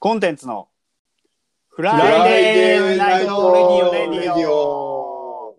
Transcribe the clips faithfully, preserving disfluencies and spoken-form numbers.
コンテンツのフフライデーナイトレディオ。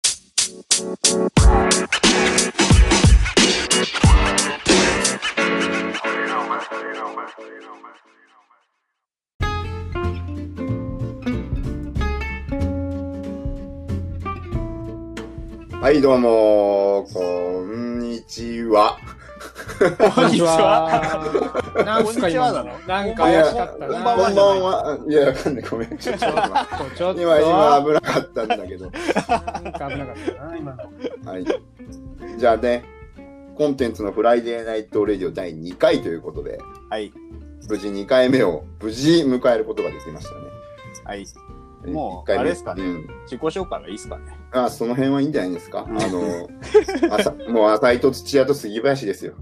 はいどうもこんにちは。 こんにちは。なんすか今の。なんか怪しかったな。 こんばんは。いやわかんないごめん。ちょっと待ってちょっと今今危なかったんだけど。 なんか危なかったな今の。 はい。じゃあねコンテンツのフライデーナイトレディオだいにかいということで、 はい。 無事にかいめを無事迎えることができましたね。 はい。もういっかいめあれですかね、 うん自己紹介はいいですかね。 あ、その辺はいいんじゃないですか。あの、あさもう浅井と土屋と杉林ですよ。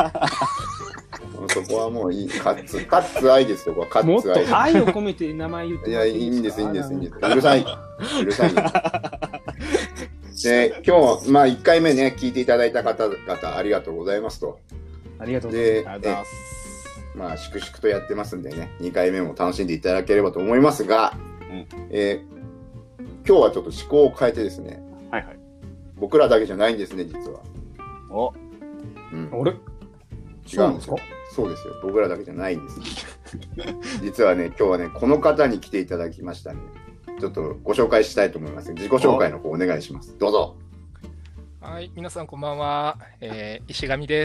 そこはもういい。カッツ、カッツ愛ですよ、ここはカもっとッツ愛。 愛を込めて名前言っていや、 もらっていいんです、いいんです、いいんです。 かうるさい。うるさい。で、今日、まあ、いっかいめね、聞いていただいた方々、ありがとうございますと。 ありがとうございます。 で、 ありがとうございます。 まあ、粛々とやってますんでね、にかいめも楽しんでいただければと思いますが、 うんえー今日はちょっと思考を変えてですね、 はいはい。 僕らだけじゃないんですね、実は。 お、 うん、 あれ違うんですよ。そうですよ。僕らだけじゃないんです。実はね、今日はね、この方に来ていただきましたね。ちょっとご紹介したいと思います。自己紹介の方お願いします。どうぞ。 はい、皆さんこんばんは。えー、石上です。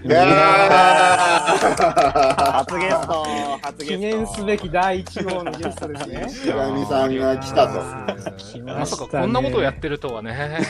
いやー初ゲスト、初ゲスト。 記念すべきだいいち号のゲストですね。 石上さんが来たと。 来ままさしたね。 かこんなことをやってるとはね。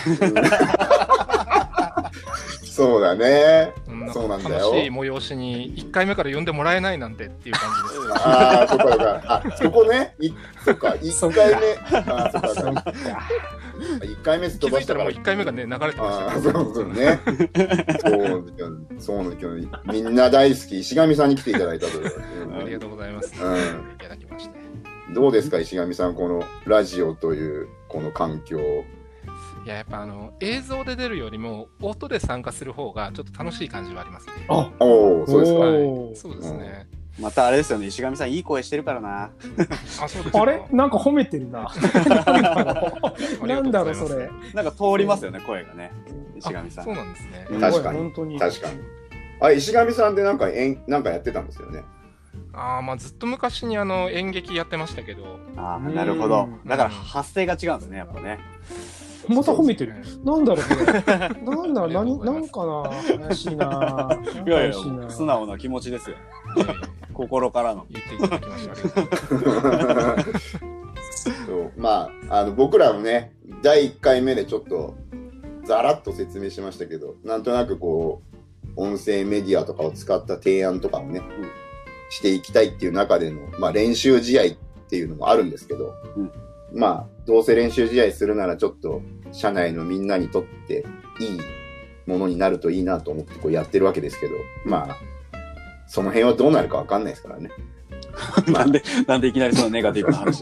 そうだね。 こんなそうなんだ楽よ。 しい催しにいっかいめから呼んでもらえないなんてっていう感じです。 ああ、そっかそっか。あ、そこね。いそっか、いっかいめ。あーそっかそっか。いっかいめすっ気飛ばしたからづいたらもういっかいめがね、流れてましたああ、 けど。 そうそうね。そうですよ。そうなんですよ。みんな大好き、石上さんに来ていただいたという。 ありがとうございます。 うんいただきまして。 どうですか、石上さん、このラジオというこの環境。 いや、やっぱあの、映像で出るよりも、音で参加する方がちょっと楽しい感じはありますね。 あ、 おお、そうですか。 おはいーそうですね。 またあれですよね、石上さんいい声してるからな。 あ、そうですか。 あれなんか褒めてるな。なんだろうそれ。 なんか通りますよね、声がね。石上さん。 そうなんですね。 うん確かに本当に。 確かに。あ、石上さんってなんかえんなんかやってたんですよね。 ああ、まあずっと昔にあの演劇やってましたけど、 ああ、なるほどうん。 だから発声が違うんですね、やっぱね。 また褒めてる。なんだろうこれ。なんだろうありがとう何ございますなんかな怪しいな。 いやいや、 怪しいな素直な気持ちですよ。 えー心からの。 言っていただきましてありがとうございます。 そうまあ、あの僕らもね、だいいっかいめでちょっとざらっと説明しましたけど、なんとなくこう、音声メディアとかを使った提案とかをね、していきたいっていう中での、まあ、練習試合っていうのもあるんですけど、 うんまあ、どうせ練習試合するならちょっと、社内のみんなにとっていいものになるといいなと思ってこうやってるわけですけど、まあ、その辺はどうなるかわかんないですからね。 なんで、なんでいきなりそのネガティブな話。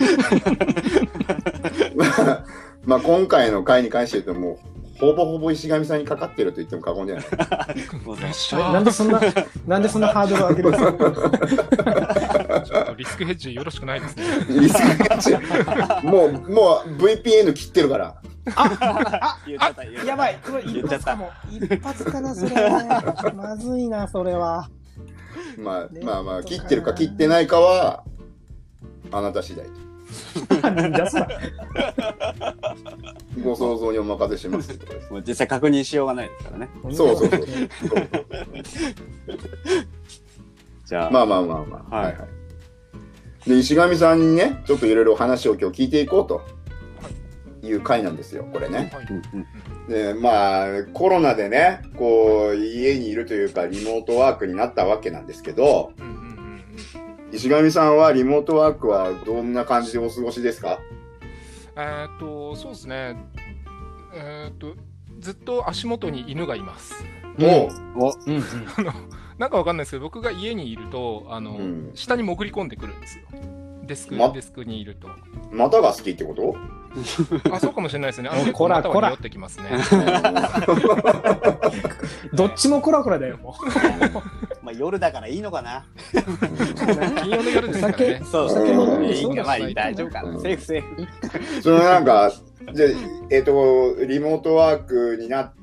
まあ、まあ今回の回に関して言うともうほぼほぼ石上さんにかかってると言っても過言じゃない。 もうよっしあれゃーなんでそんな、なんでそんなハードル上げるんですか。 ちょっとリスクヘッジよろしくないですね。 リスクヘッジもうもう ブイピーエヌ 切ってるから。 言っちゃった、言っちゃった。 やばい、これ言っちゃった一発かも。一発かな、それ。まずいな、それは。 まあねまあまあ切ってるか切ってないかはあなた次第。 なんだそれ。 ご想像にお任せしますってことです。 もう実際確認しようがないですからね。 そうそうそう。 じゃあ、 まあまあまあまあ。 はいはいはい。で石上さんにねちょっといろいろ話を今日聞いていこうという回なんですよこれね。 はいうんうんでまあコロナでねこう家にいるというかリモートワークになったわけなんですけど、 うんうんうんうん石上さんはリモートワークはどんな感じでお過ごしですか？ えーっと、そうですね。えーっと、ずっと足元に犬がいます。 もお、 うんうん。 あの、なんかわかんないですけど、僕が家にいると、あの、 うん下に潜り込んでくるんですよ。デスク、 まデスクにいると。 う股が好きってこと？ あ、そうかもしれないですね。あの、 おい結構こらこら股は匂ってきますね。 どっちもコラコラだよ、もまあ夜だからいいのかな。 金曜の夜ですからね。 そう酒飲んでいいか、まあそうだ大丈夫かな。セーフセーフ。 そのなんか、じゃあえっ、と、リモートワークになって、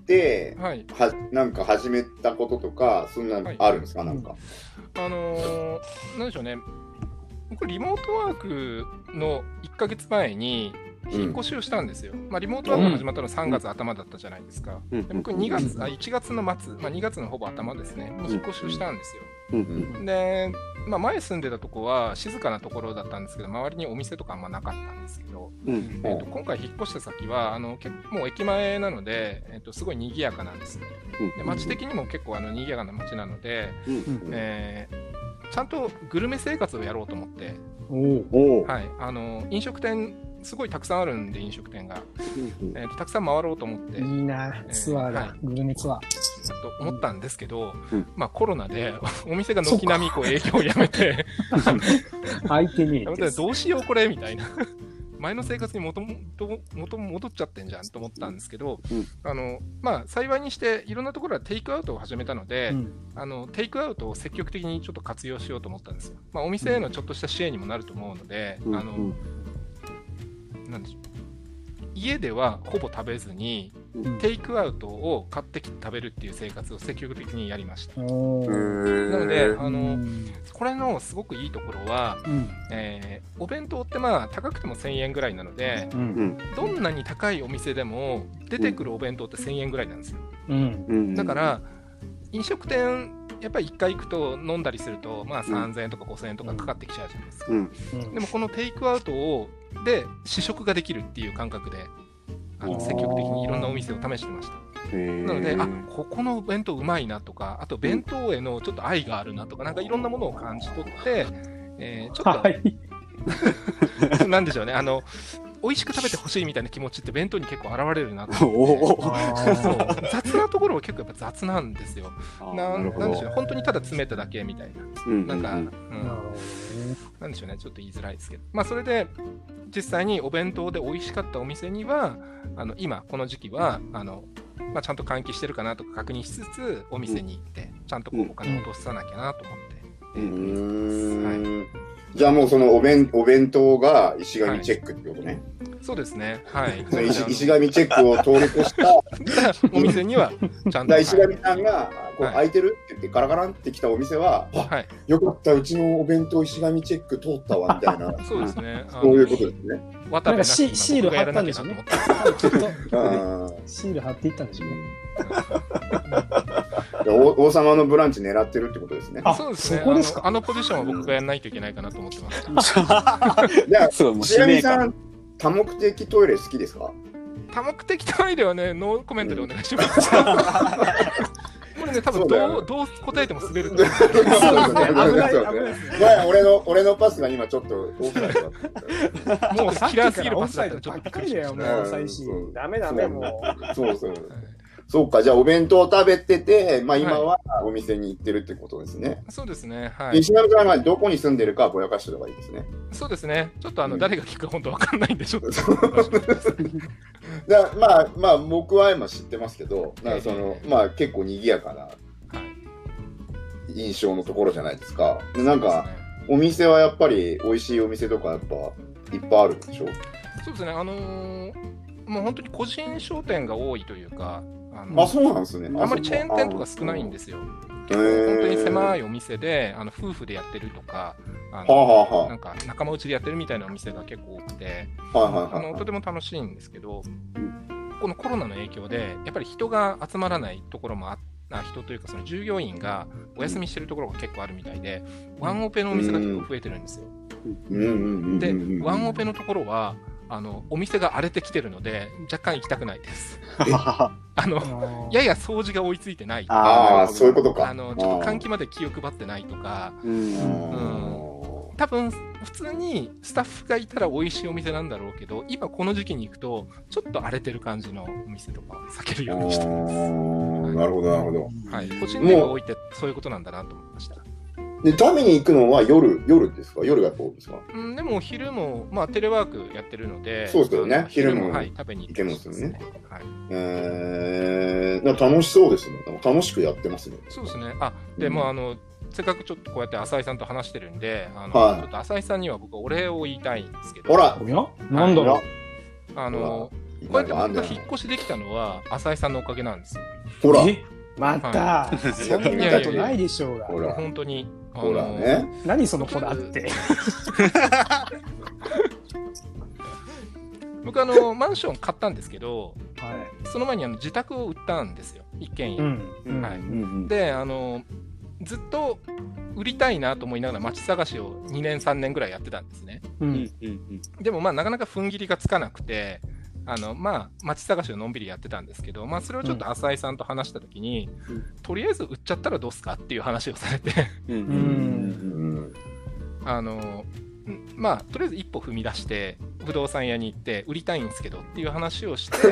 はい。 はなんか始めたこととか、そんなのあるんですか、なんか。 あのー、なんでしょうね。これリモートワークのいっかげつまえに引っ越しをしたんですよ。うん、まあ、リモートワークが始まったのはさんがつ頭だったじゃないですか。うん、で僕にがつ、あ、いちがつの末、まあ、にがつのほぼ頭ですね、に引っ越しをしたんですよ。うん、で、まあ、前住んでたとこは静かなところだったんですけど、周りにお店とかあんまなかったんですけど、うん、えー、と今回引っ越した先はあの結構もう駅前なので、えー、とすごい賑やかなんですね。で街的にも結構あの賑やかな街なので、うんえー、ちゃんとグルメ生活をやろうと思って、おはい、あの飲食店すごいたくさんあるんで、飲食店が、えー、とたくさん回ろうと思って、 いいな、ツアーだ、はい、グルメツアーと思ったんですけど、うん、まあコロナでお店が軒並みこう営業をやめて相手にどうしようこれみたいな前の生活に元々戻っちゃってんじゃんと思ったんですけど、うん、あのまあ幸いにしていろんなところはテイクアウトを始めたので、うん、あのテイクアウトを積極的にちょっと活用しようと思ったんですよ。まあ、お店へのちょっとした支援にもなると思うので、うん、あの、うんなんでしょう、家ではほぼ食べずに、うん、テイクアウトを買ってきて食べるっていう生活を積極的にやりました。なのであのこれのすごくいいところは、うんえー、お弁当ってまあ高くてもせんえんぐらいなので、うん、どんなに高いお店でも出てくるお弁当ってせんえんぐらいなんですよ、うん、だから飲食店やっぱりいっかい行くと飲んだりすると、まあ、さんぜんえんとかごせんえんとかかかってきちゃうじゃないですか、うんうん、でもこのテイクアウトをで試食ができるっていう感覚であの積極的にいろんなお店を試してました。なので、あ、ここのお弁当うまいなとか、あと弁当へのちょっと愛があるなとか、なんかいろんなものを感じ取って、えー、ちょっと、はい、なんでしょうね、あの美味しく食べてほしいみたいな気持ちって弁当に結構現れるなと思ってそう雑なところは結構やっぱ雑なんですよ。な, なんでしょうね、本当にただ詰めただけみたいな、うん、なんか、うん、なんでしょうね、ちょっと言いづらいですけど、まあそれで実際にお弁当で美味しかったお店にはあの今この時期はあの、まあ、ちゃんと換気してるかなとか確認しつつお店に行ってちゃんとこうお金を落とさなきゃなと思って、うんうんはい、じゃあもうそのお弁、お弁当が石神チェックってことね、はい、 そうですね、はい、 石, 石神チェックを登録したお店にはちゃんと石神さんがこう、はい、空いてるって言ってガラガランって来たお店は、はい、よかったうちのお弁当石神チェック通ったわみたいなそうですね、 そういうことですね。 なんかシール貼ったんでしょうね。シール貼っていったんでしょうね。 王様のブランチ狙ってるってことですね。 あ、そうですね。そこですか。あの、あのポジションは僕がやらないといけないかなと思ってます。 じゃあ、ちなみにさん、多目的トイレ好きですか？ 多目的トイレはね、ノーコメントでお願いします。これね、多分どう、どう答えても滑ると思う。そうですね。危ない、危ないですね。 俺の、俺のパスが今ちょっと大きかった。 もうキラーすぎるパスだったらちょっとびっくりだよ、もう最新。ダメダメ、もう。そうそう。そうか、じゃあお弁当を食べてて、まあ今はお店に行ってるってことですね。はい、 そうですね。はい。 石上さんがどこに住んでるかぼやかしておけばいいですね。 そうですね。ちょっとあの、うん、誰が聞くか本当わかんないんでちょっと。 だまあまあ僕は今知ってますけど、なんかその、えー、まあ結構賑やかな印象のところじゃないですか。でなんか、ね、お店はやっぱり美味しいお店とかやっぱいっぱいあるでしょ。 そうですね。あのー、もう本当に個人商店が多いというか。 あ, のあそうなんですね。 あんまりチェーン店とか少ないんですよ。結構本当に狭いお店であの夫婦でやってるとかあの、はあはあ、なんか仲間内でやってるみたいなお店が結構多くて、はあはあ、あのとても楽しいんですけど、このコロナの影響でやっぱり人が集まらないところもあった人というかその従業員がお休みしてるところが結構あるみたいで、ワンオペのお店が結構増えてるんですよ。で、ワンオペのところはあのお店が荒れてきてるので若干行きたくないです。あのやや掃除が追いついてないとか、 ああそういうことか。 あのちょっと換気まで気を配ってないとか、うん、多分普通にスタッフがいたら美味しいお店なんだろうけど、今この時期に行くとちょっと荒れてる感じのお店とか避けるようにしてます。はい、 なるほどなるほど。 はい、個人店が多いってそういうことなんだなと思いました。 で食べに行くのは夜夜ですか？夜が多いですか？ うん、でも昼もまあテレワークやってるので、 そうですよね。昼も、 はい、食べに行けますよね。 はい。 えー、楽しそうですね。楽しくやってますね。 そうですね。あ、でも、うん、あのせっかくちょっとこうやって浅井さんと話してるんで、あの、 はいちょっと浅井さんには僕お礼を言いたいんですけど。 ほらおやなんだろう。 あの、こうやって僕が引っ越しできたのは浅井さんのおかげなんですよ。 ほらえまた、そんなことないでしょうが。 ほら本当に。 ほらね。 何そのほらって。 僕あのマンション買ったんですけど、 はい、 その前にあの自宅を売ったんですよ、一軒家。 うんはいうん、 であのずっと売りたいなと思いながら街探しをにねんさんねんぐらいやってたんですね。 うんでもまあなかなか踏ん切りがつかなくて、あのまあ街探しをのんびりやってたんですけど、まあそれをちょっと浅井さんと話したときに、うん、とりあえず売っちゃったらどうすかっていう話をされてうん、あのまあとりあえず一歩踏み出して不動産屋に行って売りたいんですけどっていう話をして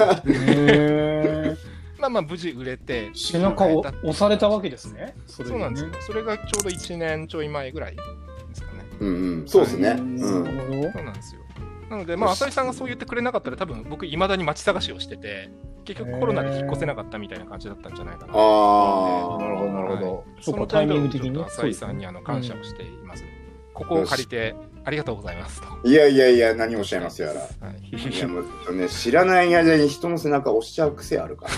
まあまあ無事売れて背中を押されたわけですね。 それね、そうなんですよ。それがちょうどいちねんちょい前ぐらいですかね。 うんうん、そうですね。うん、 そうなんですよ。なのでまあ浅井さんがそう言ってくれなかったら多分僕いまだに街探しをしてて結局コロナで引っ越せなかったみたいな感じだったんじゃないかな。 ああ、なるほどなるほど。 はい、そのタイミング的に浅井さんにあの感謝をしています。ここを借りてありがとうございますと。 いやいやいや、何をおっしゃいますやら。はい、いやもうね、知らない間に人の背中押しちゃう癖あるから、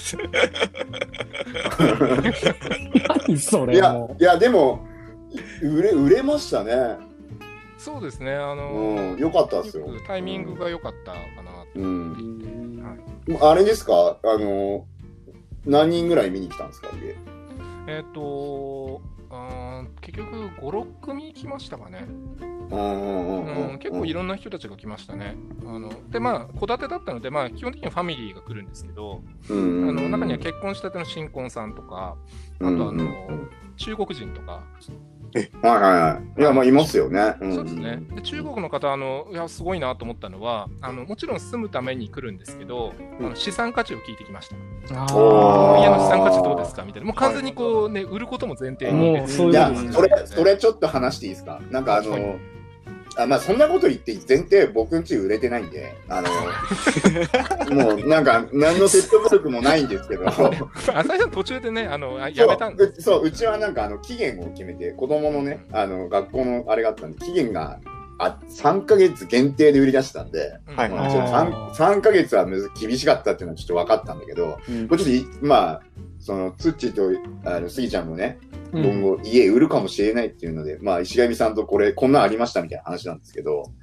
ね。何それ。 いや、いやでも売れ売れましたね。 そうですね。あのー、 うん、よかったですよ。 タイミングが良かったかなと思っていて、うんはい、あれですか、あの何人ぐらい見に来たんですか、家。 えっ、ー、とあ結局ご、ろく組来ましたかね。結構いろんな人たちが来ましたね。あのでまあ戸建てだったので、まあ、基本的にはファミリーが来るんですけど、あの中には結婚したての新婚さんとか、あとあの、うんうん、中国人とか。 えはいはいはい。いやまあいますよね。 そうですね。で中国の方あのいやすごいなと思ったのはあのもちろん住むために来るんですけど、うん、あの資産価値を聞いてきました。あ家の資産価値どうですかみたいな。もう完全にこうね売ることも前提に。 いやそれそれちょっと話していいですか。なんかあの。はいあまあそんなこと言って前提僕んち売れてないんであのもうなんか何の説得力もないんですけど浅井さん途中でねあのやめたんですそううちはなんかあの期限を決めて子供のねあの学校のあれがあったんで期限があさんかげつ限定で売り出したんで、はいまあ、ちょっと 3, さんかげつはむず厳しかったっていうのはちょっと分かったんだけど、うん、これちょっとまあそのツッチーとあのスギちゃんもね今後家売るかもしれないっていうので、うん、まあ石上さんとこれこんなんありましたみたいな話なんですけど、うん、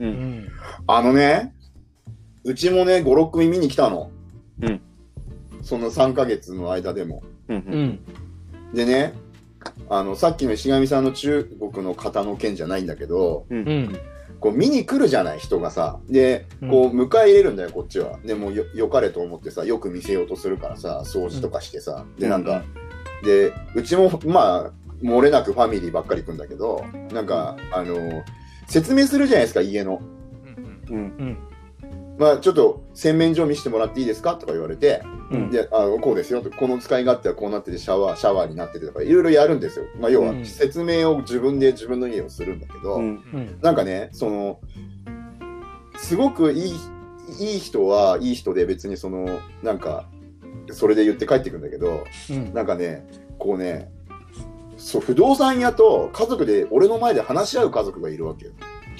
あのねうちもねごろく組見に来たの、うん、そのさんかげつの間でも、うんうん、でねあのさっきの石上さんの中国の方の件じゃないんだけど、うん、こう見に来るじゃない人がさでこう迎え入れるんだよこっちはでも よ, よかれと思ってさよく見せようとするからさ掃除とかしてさ、うん、でなんか、うん、でうちもまあ漏れなくファミリーばっかり行くんだけどなんかあの説明するじゃないですか家の、うんうん、まあちょっと洗面所見せてもらっていいですかとか言われて、うん、であこうですよとこの使い勝手はこうなっててシャワーシャワーになっててとかいろいろやるんですよ、まあ、要は説明を自分で自分の家をするんだけど、うん、なんかねそのすごくいいいい人はいい人で別にそのなんかそれで言って帰ってくんだけど、うん、なんかねこうねそう不動産屋と家族で俺の前で話し合う家族がいるわけよ。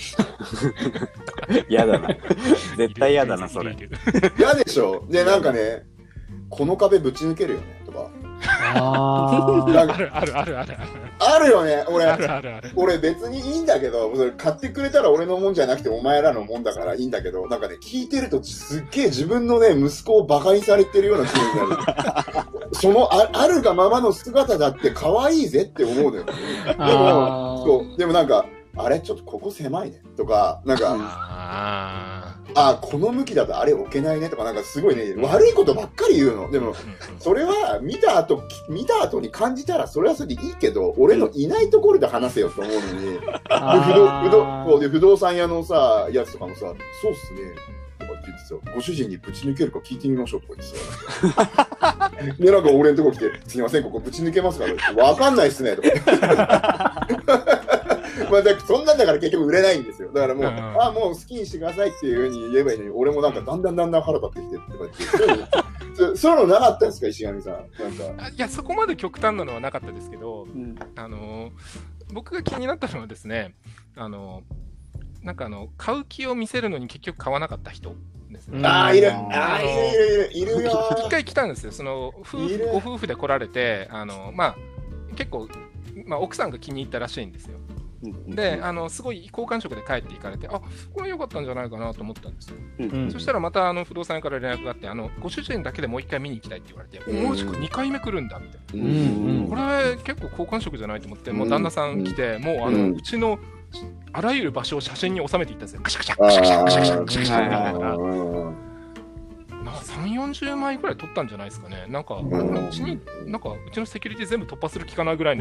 嫌だな。絶対嫌だなそれ。 嫌でしょ。でなんかねこの壁ぶち抜けるよねとか。 ああるあるあるあるある。 あるよね。俺あるあるある俺別にいいんだけどそれ買ってくれたら俺のもんじゃなくてお前らのもんだからいいんだけどなんかね聞いてるとすっげえ自分のね息子をバカにされてるような気分になる。その あ, あるがままの姿だって可愛いぜって思うのよ。でもそうでもなんかあれちょっとここ狭いねとかなんかああこの向きだとあれ置けないねとかなんかすごいね悪いことばっかり言うの。でもそれは見た後見た後に感じたらそれはそれでいいけど俺のいないところで話せよと思うのにで 不, 動不, 動で不動産屋のさやつとかもさそうっすねとかって言ってさご主人にぶち抜けるか聞いてみましょうとか言ってさでなんか俺のとこ来てすいませんここぶち抜けますからわかんないっすねとかまあだそんなんだから結局売れないんですよ。だからもう、うん、あもう好きにしてくださいっていう風に言えばいいのに俺もなんかだんだんだんだん腹立ってきてとかってそういうのなかったんですか、石上さん。なんかあいや、そこまで極端なのはなかったですけど、うん、あの僕が気になったのはですね、あのなんかあの買う気を見せるのに結局買わなかった人ですね。 ああ、いる、ああ、いるいるいるいるよ。 一回来たんですよ。その夫婦ご夫婦で来られて、あのまあ結構、まあ、奥さんが気に入ったらしいんですよ。で、あのすごい好感触で帰っていかれて、あ、これ良かったんじゃないかなと思ったんですよ。うん、そしたらまたあの不動産屋から連絡があって、あのご主人だけでもう一回見に行きたいって言われて、もうじくにかいめ来るんだみたいな、うんうん、これ結構好感触じゃないと思って、もう旦那さん来て、もうあの、うん、うちのあらゆる場所を写真に収めていったんですよ。カシャカシャカシャカシャカシャカシャカシャカシャみたいな。さん、よんじゅうまいぐらい取ったんじゃないですかね。なんか、うん、うちに、なんか、うちのセキュリティ全部突破する気かなぐらいの。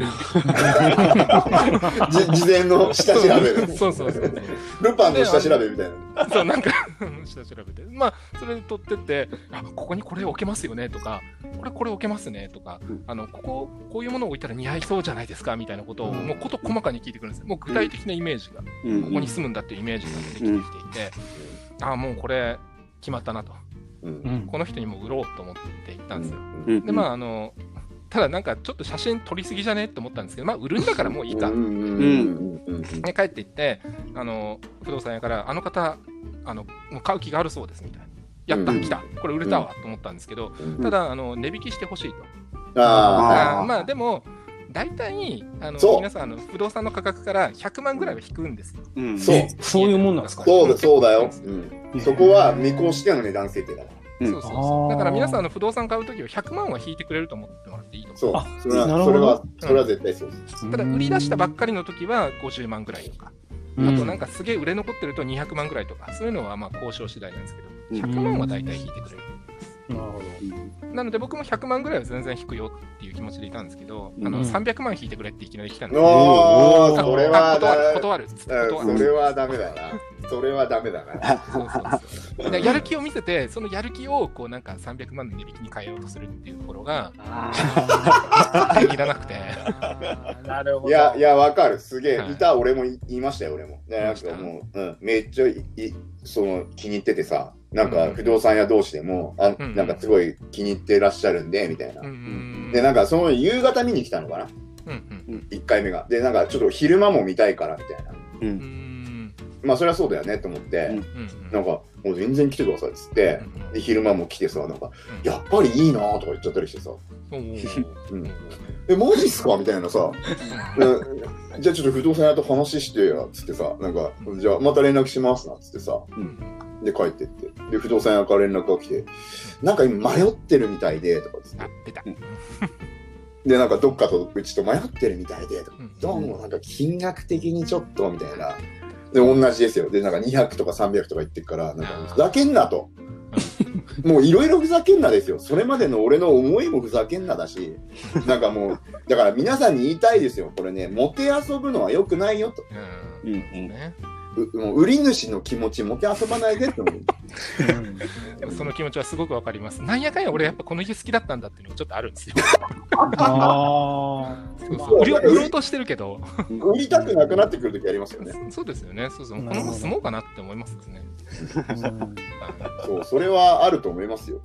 事前の下調べで。 そうそうそう。 ルパンの下調べみたいな。 そう、なんか、下調べて。まあ、それで取ってって、あ、ここにこれ置けますよねとか、これこれ置けますねとか、うん、あの、ここ、こういうものを置いたら似合いそうじゃないですかみたいなことを、もうこと細かに聞いてくるんですよ。もう具体的なイメージが、うん、ここに住むんだっていうイメージが出てきていて、うん、あ、もうこれ、決まったなと。うん、この人にも売ろうと思って行ったんですよ。うん、でまああのただなんかちょっと写真撮りすぎじゃねって思ったんですけど、まあ売るんだからもういいか。で帰って行ってあの不動産屋からあの方あのもう買う気があるそうですみたいな。やった来たこれ売れたわと思ったんですけど、ただあの値引きしてほしいと。ああまあでも大体あの皆さんあの不動産の価格からひゃくまんぐらいは引くんですよ。 うん、そうそういうもんなんですか。 そうだそうだよ。うん、そこは見越しての値段設定だから。 うん、そうそうそう。だから皆さんの不動産買うときはひゃくまんは引いてくれると思ってもらっていいと思う。 そう。あ、それはそれはそれは絶対そうです。 うん、ただ売り出したばっかりのときはごじゅうまんぐらいとか、うん、あとなんかすげえ売れ残ってるとにひゃくまんぐらいとか、そういうのはまあ交渉次第なんですけど、ひゃくまんは大体引いてくれる。なるほど。なので僕もひゃくまんぐらいは全然引くよっていう気持ちでいたんですけど、うん、あのさんびゃくまん引いてくれっていきなり来たんで、 おー、それは断る断るっつって断る。それはダメだな。それはダメだな。そうそうそう。やる気を見せて、そのやる気をこうなんかさんびゃくまんの値引きに変えようとするっていうところがいらなくて。 なるほど。 いやいやわかる。すげえ、はい、いた俺も言いましたよ俺も。でなんかもう、うん、めっちゃいその気に入っててさ。なんか不動産屋同士でも、あ、うん、なんかすごい気に入ってらっしゃるんでみたいな、うん、でなんかその夕方見に来たのかな、うん、いっかいめがでなんかちょっと昼間も見たいからみたいな、うん、まあそれはそうだよねと思って、うん、なんかもう全然来てくださいっつって、うん、で昼間も来てさなんか、うん、やっぱりいいなとか言っちゃったりしてさ、うん、えマジっすかみたいなさ、うん、じゃあちょっと不動産屋と話してやっつってさなんかじゃあまた連絡しますなっつってさ、うんで帰ってって、で不動産屋から連絡が来て、なんか今迷ってるみたいでとかつって、でなんかどっかとうちと迷ってるみたいでとか、どうもなんか金額的にちょっとみたいな、で同じですよ。でなんかにひゃくとかさんびゃくとか言ってっからなんかふざけんなと、もういろいろふざけんなですよ。それまでの俺の思いもふざけんなだし、なんかもうだから皆さんに言いたいですよ。これね、もて遊ぶのは良くないよと。うんうんね。もう売り主の気持ちもて遊ばないでって思う。 でもその気持ちはすごくわかります。なんやかんや俺やっぱこの家好きだったんだっていうのがちょっとあるんですよ。 あそうそう売り売ろうとしてるけど売りたくなくなってくるときありますよね。 そうですよね。そうそうこのまま住もうかなって思いますよね。 そうそれはあると思いますよ。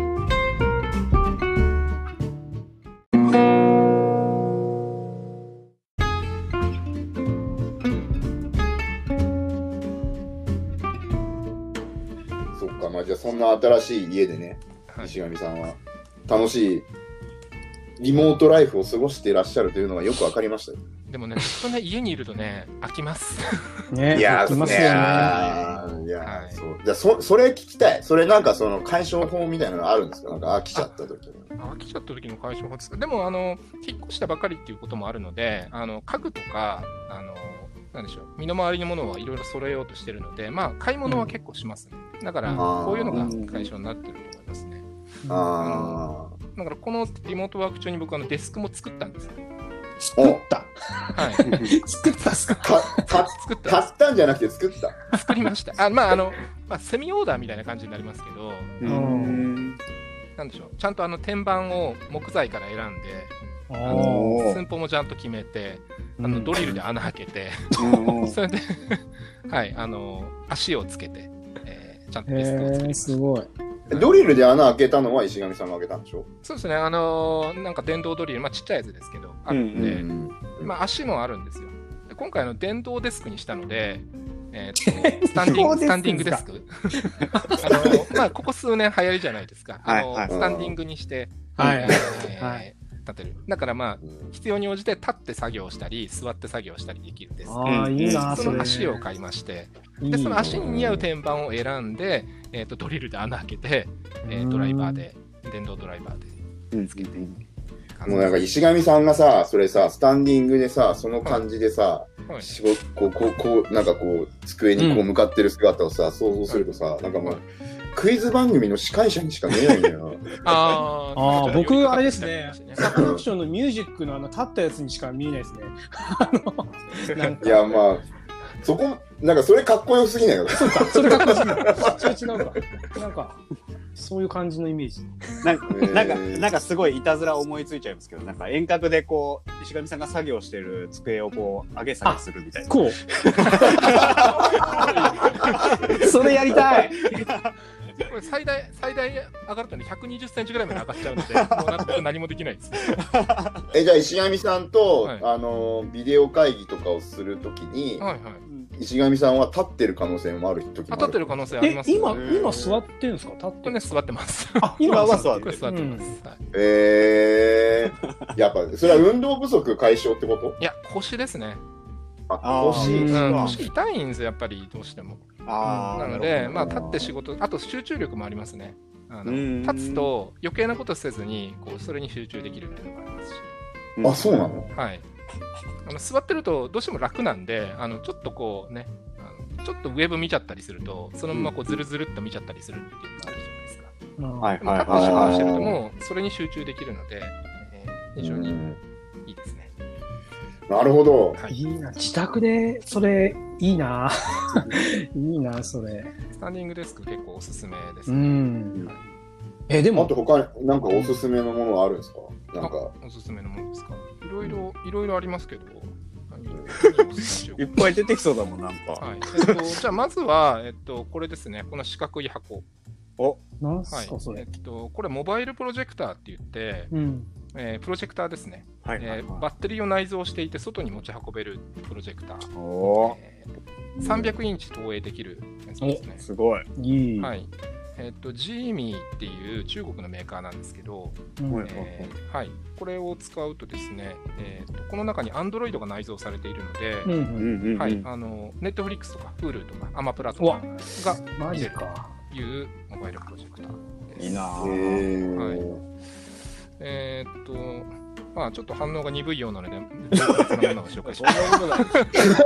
じゃあそんな新しい家でね、はい、石上さんは楽しいリモートライフを過ごしていらっしゃるというのがよくわかりましたよ。 でもね、ずっとね家にいるとね飽きます。 ね、 いや飽きますよね。 いや、はい、そうじゃあ そ, それ聞きたい。それなんかその解消法みたいなのあるんですか。なんか飽きちゃった時に。 飽きちゃった時の解消法ですか。でもあの引っ越したばかりっていうこともあるので、あの家具とかあのなんでしょう身の回りのものはいろいろ揃えようとしてるので、まあ買い物は結構しますね。うん、だからこういうのが解消になってると思いますね。ああ。だからこのリモートワーク中に僕あのデスクも作ったんですよ。 作った。 はい。 作ったっすか。 かか作った。買ったんじゃなくて作った。 作りました。あまああのまあセミオーダーみたいな感じになりますけど、うん、なんでしょうちゃんとあの天板を木材から選んで、あの寸法もちゃんと決めて。あのドリルで穴開けて、うん、それではいあの足をつけて、えー、ちゃんとデスクを作りました。 すごい。 ドリルで穴開けたのは石上さんが開けたんでしょ？ そうですね、あのー、なんか電動ドリル、まあちっちゃいやつですけど、あって、うんうん、まあ足もあるんですよ。で今回の電動デスクにしたので、えー、とスタンディングスタンディングデスクあの、まあ、ここ数年流行りじゃないですか。あの、はいはい、スタンディングにして、はいえーはい、立てる。だからまあ、必要に応じて立って作業したり、座って作業したりできるデスク。 ああ、いいな、 その足を買いまして、でその足に似合う天板を選んで、えー、とドリルで穴開けて、えー、ドライバーで、電動ドライバーでつけて。 もうなんか石上さんがさ、それさ、スタンディングでさ、その感じでさ、はい、仕事こうこうこうなんかこう机にこう向かってる姿をさ、うん、想像するとさ、はい、なんかもうクイズ番組の司会者にしか見えないんだよな。 ああ、僕あれですね。サカナクションのミュージックのあの立ったやつにしか見えないですね。あのなんかいやまあそこなんかそれかっこよすぎないよ。 そうか、それかっこよすぎない。ちょっと違うか。なんか。そういう感じのイメージ。 なんか、なんか、なんかすごいいたずら思いついちゃいますけど、なんか遠隔でこう石上さんが作業してる机をこう上げ下げするみたいな。 こう。それやりたい。 これ最大最大上がるとねひゃくにじゅっセンチぐらいまで上がっちゃうので、もうなんか何もできないです。 えじゃあ石上さんと、はい、あのビデオ会議とかをするときに。はいはい石上さんは立ってる可能性もある時もある。 立ってる可能性あります、ね。 今今座ってるんですか？立ってる。 ね座ってます。 あ今は座ってる。 座ってます。 ええー、やっぱそれは運動不足解消ってこと？ いや腰ですね。 あ腰、 うん、腰痛いんですよやっぱりどうしても。あなのでまあ立って仕事あと集中力もありますね。あの立つと余計なことせずにこうそれに集中できるっていうのもありますし。 あそうなの？ はい。あの座ってるとどうしても楽なんであのちょっとこうねあのちょっとウェブ見ちゃったりするとそのままこうズルズルっと見ちゃったりするっていうのがあるじゃないですか。うん、はいはいはい。立ってしてるともうそれに集中できるので、えー、非常にいいですね。 なるほど。 はい、いいな自宅でそれいいないいなそれ。 スタンディングデスク結構おすすめですね。 うん。はい、えでもあと他になんかおすすめのものあるんですか？なんかおすすめのものですか？いろいろいろいろありますけど。 いっぱい出てきそうだもんなんか。 はい。えっとじゃあまずはえっとこれですね。この四角い箱。 お、なんすかそれ。 えっとこれモバイルプロジェクターって言って、うんえー、プロジェクターですね、はいはいはいえー。バッテリーを内蔵していて外に持ち運べるプロジェクター。おえー、さんびゃくインチ投影できるやつですね。 すごい。 いい。 はい。えっと、ジーミーっていう中国のメーカーなんですけど、うんえーはい、これを使うとですね、えー、とこの中に Android が内蔵されているので、うんはい、あの Netflix とか Hulu とか アマプラとかが見れるというモバイルプロジェクターです。 いいなぁ、えーはいえー、っとまあちょっと反応が鈍いようなので別のものを紹介します。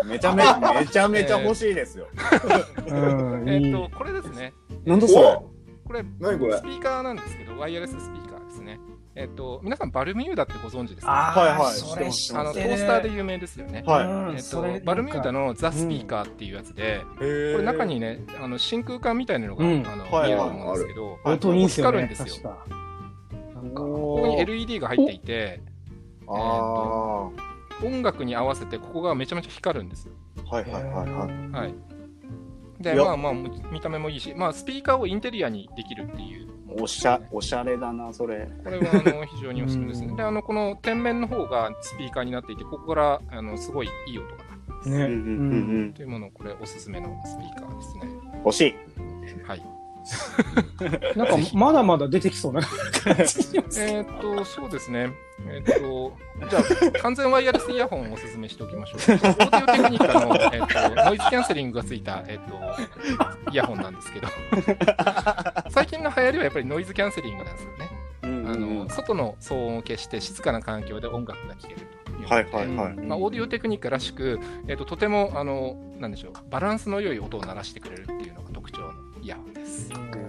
めちゃめめちゃめちゃ欲しいですよ。 えー、えー、っとこれですね。 なんだそれ？ これ何これ？ スピーカーなんですけど、ワイヤレススピーカーですね。えっと皆さんバルミューダってご存知ですか？ はいはい。 それ知ってる。あのトースターで有名ですよね。はい。えっとバルミューダのザスピーカーっていうやつで、これ中にねあの真空管みたいなのがあの見えると思うんですけど、 音いいんですよね。 光るんですよ。なんかここに エルイーディー が入っていて、あ音楽に合わせてここがめちゃめちゃ光るんですよ。 はいはいはいはい。 はい。でまあまあ見た目もいいし、まあスピーカーをインテリアにできるっていう、 ね、おしゃおしゃれだなそれ。 これはあの非常におすすめですね。であのこの天面の方がスピーカーになっていて、ここからあのすごいいい音が鳴る、ねうんうん、というものこれおすすめのスピーカーですね。 欲しい。 はい。 なんかまだまだ出てきそうな感じします。えっとそうですね。えっとじゃあ完全ワイヤレスイヤホンをおすすめしておきましょう。オーディオテクニカの、えっと、ノイズキャンセリングがついた、えっと、イヤホンなんですけど最近の流行りはやっぱりノイズキャンセリングなんですよね。うんうんうん、あの外の騒音を消して静かな環境で音楽が聴けるというので、はいはいはいまあ、オーディオテクニカらしく、えっと、とてもあのなんでしょうバランスの良い音を鳴らしてくれるっていうのが特徴のイヤホンです。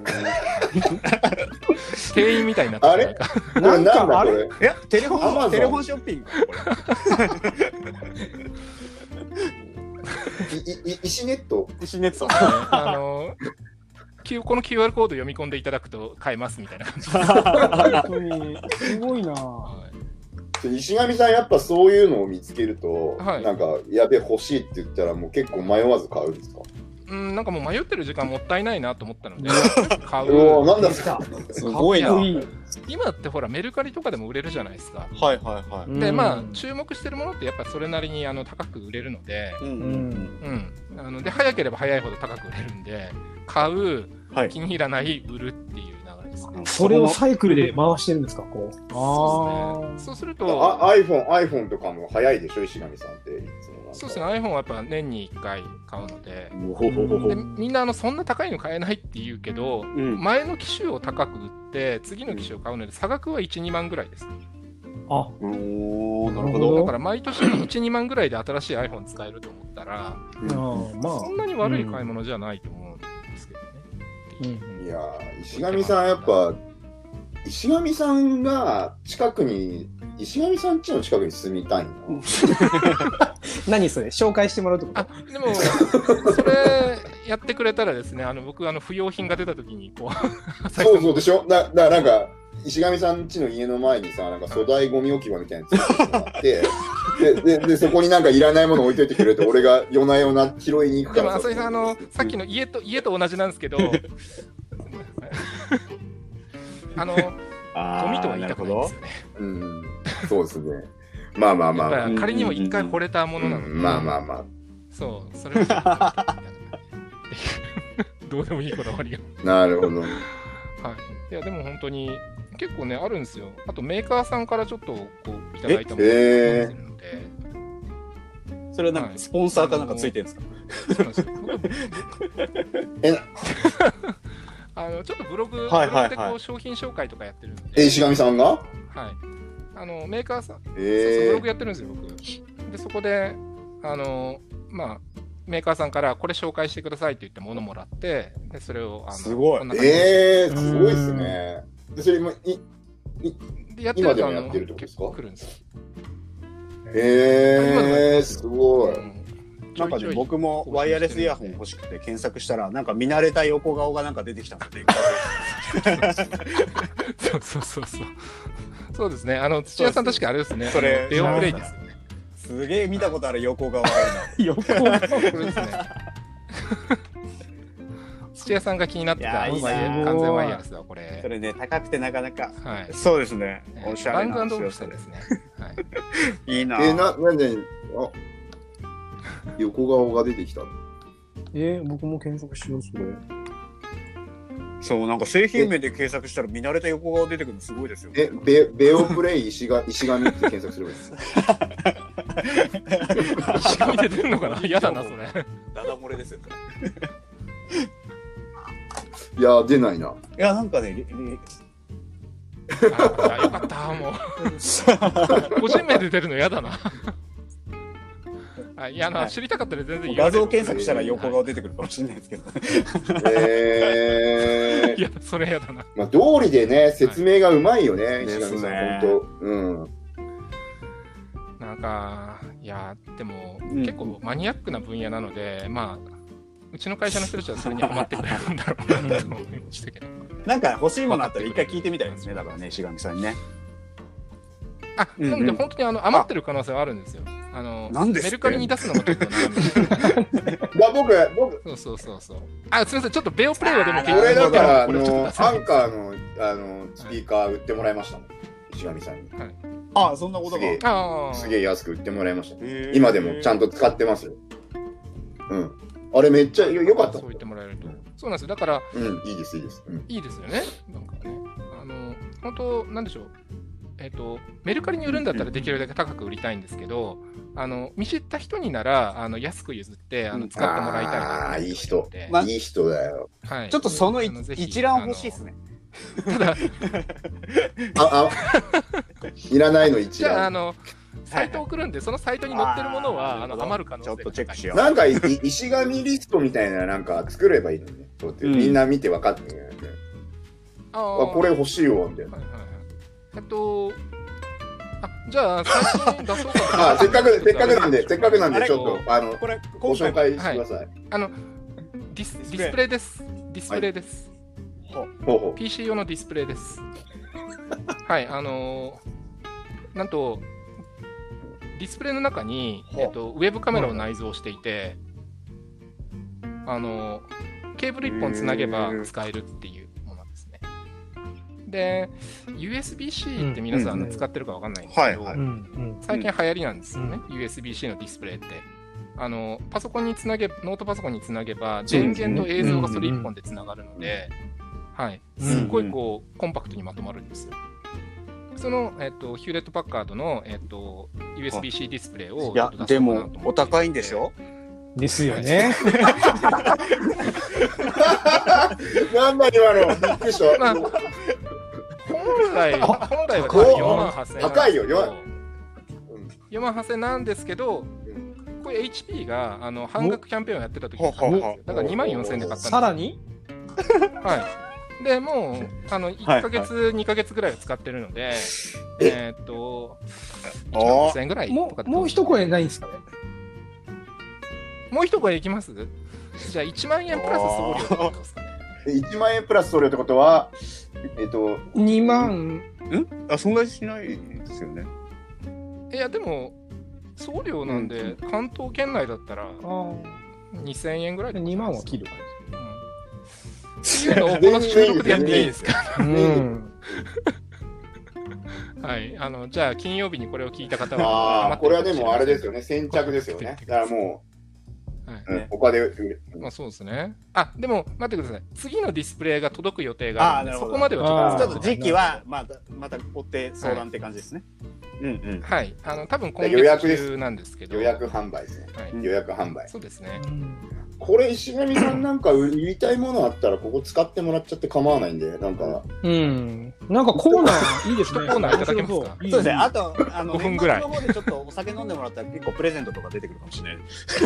店員みたいになってる。 あれなんかあれいやテレフォンテレフォンショッピングいい石ネット石ネットあのこの キューアール コード読み込んでいただくと買えますみたいな感じ本当にすごいな。 石上さんやっぱそういうのを見つけると、 はい、 なんかやべえ欲しいって言ったらもう結構迷わず買うんですか？ うん、なんかもう迷ってる時間もったいないなと思ったので、買おお、 う。 なんだすか。 すごいな。 今ってほら、メルカリとかでも売れるじゃないですか。 はいはいはい。 で、まあ、注目してるものってやっぱりそれなりにあの高く売れるので、 うんうんうん。あので、早ければ早いほど高く売れるんで、買う、 はい、 気に入らない、売るっていう流れですね。 それをサイクルで回してるんですか、こう。 ああ。そうすると、 iPhone、iPhone とかも早いでしょ、石上さんって。 そうですね、iPhone はやっぱ年にいっかい買うので、でみんなあのそんな高いの買えないって言うけど、うん、前の機種を高く売って、次の機種を買うので、差額はいち、にまんぐらいです。 あ、 おなるほど。 だから毎年いち、にまんぐらいで新しい iPhone 使えると思ったら、うん、まあ、そんなに悪い買い物じゃないと思うんですけどね。 うん、いやー、石上さんやっぱ、石上さんが近くに、石上さん家の近くに住みたいな。 何それ紹介してもらうってこと？ あ、でも、それやってくれたらですね、あの僕、あの不要品が出たときに、こう、 そうそうでしょだ、だなんか、石上さん家の家の前にさ、なんか粗大ゴミ置き場みたいなやつがあって、ででで、そこになんかいらないもの置いといてくれて、俺が夜な夜な拾いに行くから。 でも、浅井さん、あの、さっきの家と、家と同じなんですけど、あの、ゴミとは言いたくないですよね。 うん、そうですね。まあまあまあ、まあ。 仮にも一回惚れたものなので、 うん、まあまあまあ。 そう、それはどうでもいいこだわりが。 なるほど。はい。 いや、でも本当に結構ね、あるんですよ。あとメーカーさんからちょっとこういただいたものがえるので。 それはなんかスポンサーかなんかついてるんですか？ そうなんですよ。 えあのちょっとブログ、 はいはいはい、 ブログでこう商品紹介とかやってるんで。 え、石上さんが？ はい。あのメーカーさん、 えー、 そうそうブログやってるんですよ、僕。で、そこで、あの、まあ、メーカーさんからこれ紹介してくださいって言って物もらって、でそれを、あの、 すごい。 えー、すごいっすね。で、それも、い、い、 でやってる今でもやってるってことですか？ 来るんですよ。 えー、すごい。うんなんかね、僕もワイヤレスイヤホン欲しくて検索したら、なんか見慣れた横顔がなんか出てきたので。 そうそうそうそう。そうですね。あの土屋さん確かあれですね。 それレオプレイですよね。 すげえ見たことある横顔あるな。横顔これですね。土屋さんが気になってた完全ワイヤレスはこれ。 それね高くてなかなか。 はい。 そうですね。おしゃれな。 バング&オルフセンですね。はい。 いいな。 えななんであ。横顔が出てきた。 えー、僕も検索しようそれ。 そうなんか製品名で検索したら見慣れた横顔出てくるのすごいですよ、ね。 えベベオプレイ石が石神って検索すればいいです。 石神で出るのかな。嫌だなそれ。 ダダ漏れですよ。 いや出ないな。 いやなんかね。 あよかったもう。個人名で出るの嫌だな。いや、はい、知りたかったら全然画像検索したら横顔出てくるかもしれないですけど。 えー、 いや、それやだな。 まあ、道理でね、説明がうまいよね、はい、石上さん、本当。うん。 なんか、いや、でも、うん、結構マニアックな分野なので、まあ、うちの会社の人たちはそれにハマってくれるんだろうなと思いましたけど。 なんか欲しいものあったら一回聞いてみたいですね、だからね、石上さんにね。 あ、うんうん、なので本当にあの余ってる可能性はあるんですよ。あのメルカリに出すのもちょっと悩み。 いや僕僕そうそうそうそう。あすみませんちょっとベオプレイはでも俺だからあのアンカーのあのスピーカー売ってもらいましたもん、はい、石上さんに。はい、 ああそんなことがすげえ安く売ってもらいました。今でもちゃんと使ってますよ。うん。あれめっちゃよかった。 そう言ってもらえると。そうなんですよ。だからうんいいですいいです。うん、 いいですよね。なんかねあの本当なんでしょう。えーと、メルカリに売るんだったらできるだけ高く売りたいんですけど、あの見知った人にならあの安く譲ってあの使ってもらいたいなと思って。 ああいい人、ま、いい人だよ、 はい、ちょっとその一覧欲しいですね。 ただああいらないの一覧。 じゃああのサイト送るんで、そのサイトに載ってるものはあの余る可能性が高い。 ちょっとチェックしよう。 なんか石神リストみたいななんか作ればいいのね。そうって、うん、みんな見て分かってる、ね。あこれ欲しいよみたいな。はいはいはいえっと、あじゃあ最近出そうかな。 あせっかくせっかくなんでせっかくなんでちょっとあのこれご紹介してください。はい、 あのディスディスプレイです。ディスプレイです。 はい、ほうほうピーシー 用のディスプレイです。はいあのー、なんとディスプレイの中にえっとウェブカメラを内蔵していて、 あのケーブルいっぽんつなげば使えるっていうものですね。で、ユーエスビー-C って皆さん、うん、使ってるかわかんないんですけど、最近流行りなんですよね、うん、ユーエスビー-C のディスプレイって。あのパソコンにつなげ、ノートパソコンにつなげば、電源と映像がそれいっぽんでつながるので、はい、すっごいこうコンパクトにまとまるんですよ。その、えっと、ヒューレット・パッカードの、えっと、ユーエスビー-C ディスプレイをいや、でも、お高いんでしょですよね。 なんだ今の、びっくりした。まあ、 本来、本来はよんまんはっせんえん。 高いよ、よんまんはっせんえんなんですけど、これ エイチピー があの半額キャンペーンをやってた時に買ったんですよ。だからにまんよんせんえんで買ったんですよ。 さらにはい。で、もう、あの、いっかげつ、はいはい、にかげつぐらいは使ってるので、えー、っと、いちまんごせんえんぐらいとかもう、もう一声ないんですかね。 もう一声いきます？じゃあいちまんえんプラス送料ってことですかね。 いちまんえんプラス送料ってことは、えっと、 にまん、 んあ、そんなにしないですよね。 いや、でも、送料なんで、うん、関東圏内だったらにせんえんぐらいでにまんは切る感じ、うん、っていうのをこの収録でやっていいですか、うん、はい、あのじゃあ金曜日にこれを聞いた方はあこれはでもあれですよね、先着ですよね。だからもう、はいうん、他で、 まあ、そうですね。あ、でも待ってください。次のディスプレイが届く予定があるので、そこまではちょっと時期はまたまた追って相談って感じですね。はいうんうん、はい、あの多分今月中なんですけど、 予約販売ですね。はい、予約販売。 そうですね。 これ石上さんなんか売りたいものあったらここ使ってもらっちゃって構わないんで、なんか。 うん。なんかコーナーいいですね。 コーナーいただけますか。 そうですね。あとあのごふんぐらい。 の方でちょっとお酒飲んでもらったら結構プレゼントとか出てくるかもしれない。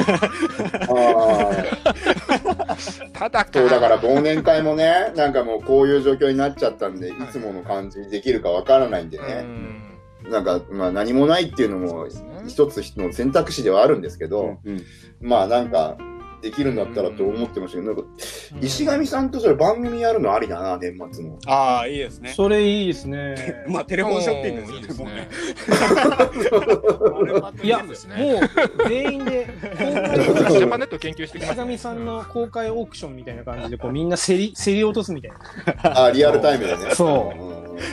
ああ。ただそうだから忘年会もね、なんかもうこういう状況になっちゃったんで、いつもの感じにできるかわからないんでね。なんかまあ何もないっていうのも一つの選択肢ではあるんですけど、うんうん、まあなんかできるんだったらと思ってましたけど、なんか石上さんとそれ番組やるのありだな、年末の。 ああいいですね。 それいいですね。 まあテレフォンショッピングですよね。もうね。 いやもう全員でジャパネット研究してきます。 石上さんの公開オークションみたいな感じでこうみんな競り競り落とすみたいな。あリアルタイムでね。 そう。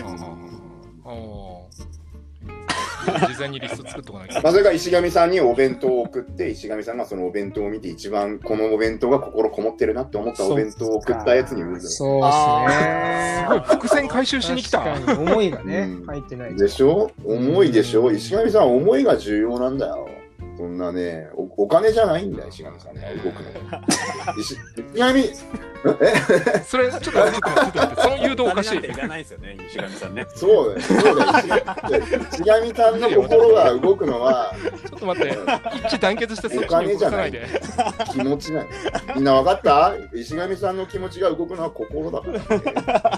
事前にリスト作っておかないと。 まあそれが石上さんにお弁当を送って、石上さんがそのお弁当を見て一番このお弁当が心こもってるなって思ったお弁当を送ったやつに売る。 そうですね。 すごい伏線回収しに来た。 確かに思いがね、うん、入ってない。 でしょ？思いでしょ？石上さん思いが重要なんだよ。そんなね お, お金じゃないんだよ石上さんね動くの。石上それちょっと待ってちょっと待ってその誘導おかしい。 いらないですよね石上さんね。 そうだよそうだよ石上さんの心が動くのはちょっと待って一致団結してそっちに動かないで。 気持ちない。みんな分かった？石上さんの気持ちが動くのは心だから、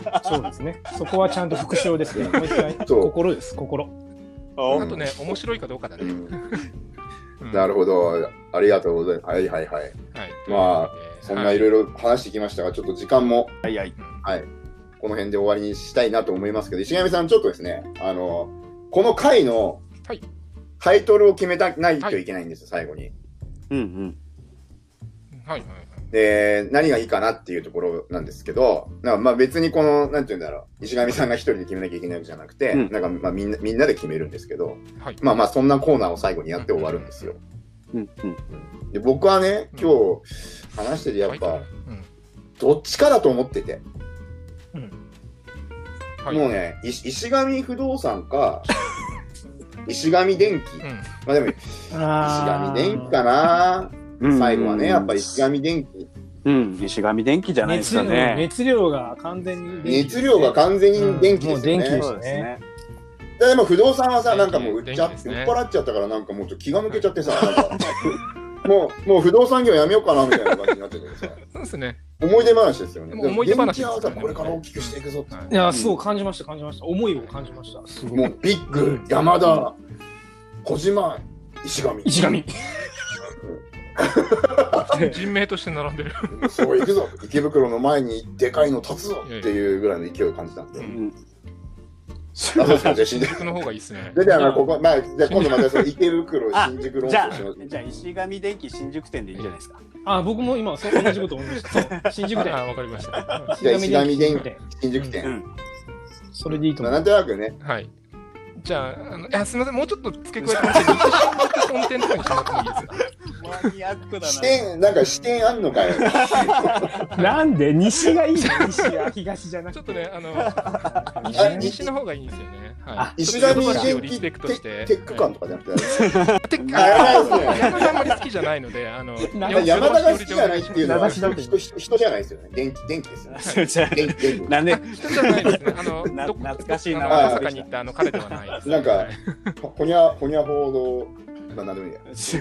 ね。そうですね。そこはちゃんと復唱ですね。もう一回心です心。 あとね面白いかどうかだね。 うん、なるほど、ありがとうございます。はいはいはい。はい、まあ、そんないろいろ話してきましたが、ちょっと時間も、 はいはい、 はい、この辺で終わりにしたいなと思いますけど、石上さん、ちょっとですね、あの、この回のタイトルを決めたないといけないんですよ、はい、最後に。 うんうん。 はいはいはい。 で、何がいいかなっていうところなんですけど、なんかまあ別にこの、なんていうんだろう、石上さんが一人で決めなきゃいけないわけじゃなくて、うん、なんかまあみんな、みんなで決めるんですけど、はい、まあまあそんなコーナーを最後にやって終わるんですよ。 うんうん、 で僕はね、今日話しててやっぱ、どっちかだと思ってて、うんはい、もうね、石上不動産か、石上電機、うん、まあでも、石上電機かな。最後はね、やっぱ石上電機。 うん、石上電機じゃないですかね。 熱量が完全に熱量が完全に電気ですよね。 うん、そうですね。 でも不動産はさ、なんかもう売っちゃって、売っ払っちゃったからなんかもうちょっと気が抜けちゃってさ、なんかもう、もう不動産業やめようかなみたいな感じになっててさ。 そうですね。 思い出話ですよね。 思い出話ですよね。これから大きくしていくぞって。 いや、そう感じました、感じました。思いを感じました。すごい。 もうビッグ、山田、小島、石上。 石上。 人名として並んでる。 そう行くぞ。池袋の前にでかいの立つぞっていうぐらいの勢いを感じたんで。うん、 そうですか、じゃあ新宿新宿の方がいいですね。 で、じゃあ、まあ、ここ、まあ、じゃあ今度またその池袋、 あ新宿論じゃあ争します。 じゃあ石上電機新宿店でいいんじゃないですか。 あ、僕も今そう同じこと思いました。そう新宿店。 あ、わかりました。 じゃあ石上電機店。 新宿店。 うんそれでいいとまあ、 思う。 なんとなくね、 はい。じゃあ、あのいやすみません、もうちょっと付け加えてもらって、西新宿本店とかにしてもらってもいいですか。 マニアックだ視点、なんか視点あんのかよ。 なんで西がいいの？西は東じゃなくて。 ちょっとね、ああの、西西の方がいいんですよね。はいあ。 石上ちょっとヨドバシを電機リスペクトして。 テック感とかじゃなくて、 テックあやばいですね山田あんまり好きじゃないので、あの、 なんか山田が好きじゃないっていうのは名指しだって人人人じゃないですよね。電気電気ですよね。 そうじゃあ電気電気。 なんで人じゃないですね。あの、 など懐かしいなあの赤坂に行ったあの彼ではないです。 なんかはいほにゃほにゃ報道、まあなんでもいいや。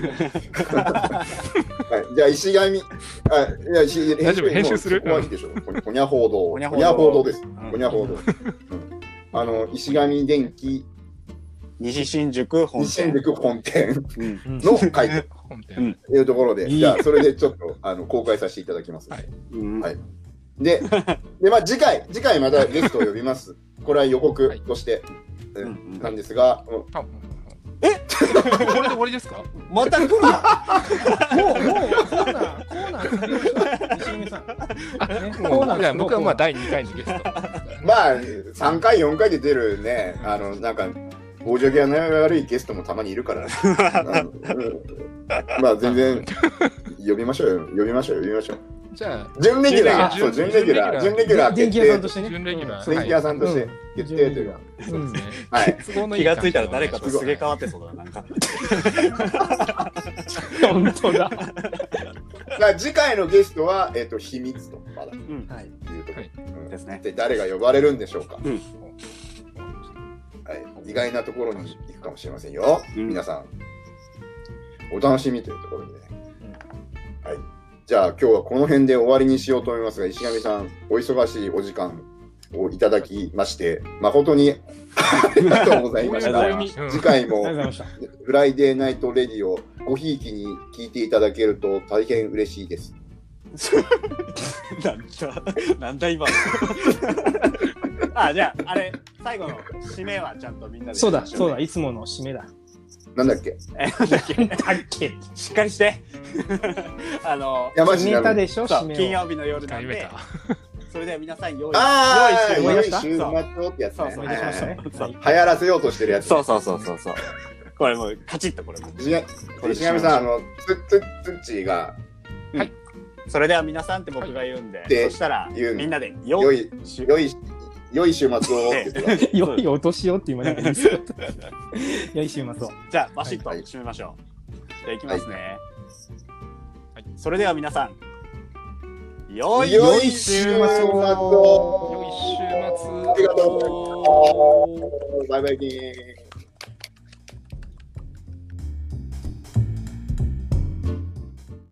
はい、じゃあ石上、あ、いや石大丈夫編集するもうそこはいいでしょ。ほにほにゃ報道、ほにほにゃ報道ゃ報道です。 んほにゃ報道。うんあの石上電機西新宿本西新店。 宿本店うんの会と本店。 うんいうところで、 いいじゃあそれでちょっとあの公開させていただきます。 はいうんはいで、でまあ次回次回またゲストを呼びます。これは予告として、 いうんうんなんですが、うんあえこれで終わりですか。 また来るな。 もうもうコーナーコーナー作りましょう。西上さん。ねコもーナーういや僕はまあだだいにかいのゲスト。 まあさんかいよんかいで出るね、あのなんか往生際の悪いゲストもたまにいるから、あのうんまあ全然呼びましょうよ、呼びましょうよ、呼びましょう。 じゃ準レギュラー、 準そう準レギュラー、準レギュラー電気屋さんとしてね。 準レギュラーうん電気屋さんとして決定というか、 うんそうですね。 はい。 都合のいい気がついたら誰感じのかとすげ替わってそうだな、なんか。 本当だ。 だから次回のゲストは、えっと秘密とまだうん。 はい。 いうとこはいろ、うんですねで誰が呼ばれるんでしょうか。 うんはい、意外なところに行くかもしれませんよ。 うん皆さん、お楽しみというところでね。はい。じゃあ今日はこの辺で終わりにしようと思いますが、石上さん、お忙しいお時間をいただきまして、誠にありがとうございました。 ありがとうございました次回ありがとうもございました。 フライデーナイトレディをごひいきに聞いていただけると大変嬉しいです。 なんだ、なんだ今の。あ、じゃあ、あれ、最後の締めはちゃんとみんなで。 そうだそうだ。いつもの締めだ。 なんだっけ。 え、なんだっけ。 だっけ。 しっかりして。あの、 いやマジで決めたでしょそう締めを。 金曜日の夜なんで決めた。 それでは皆さん用意ああ、 用意して良い週末そうをってやつね。 そうそう思い出しましたね。 そう流行らせようとしてるやつ。 そうそうそうそうそう。これもうカチッとこれも。 石上石上さん、あの、つつつっちーがそれでは皆さんって僕が言うんで、 でそしたら言うみんなで良よい良い良い週末をって言ってた。 良いお年をって今なんか言いそうだった。良い週末を。 じゃあバシッと締めましょう。じゃあいきますね。それでは皆さん、良い良い週末を。 良い週末ありがとうございます。バイバイキーン。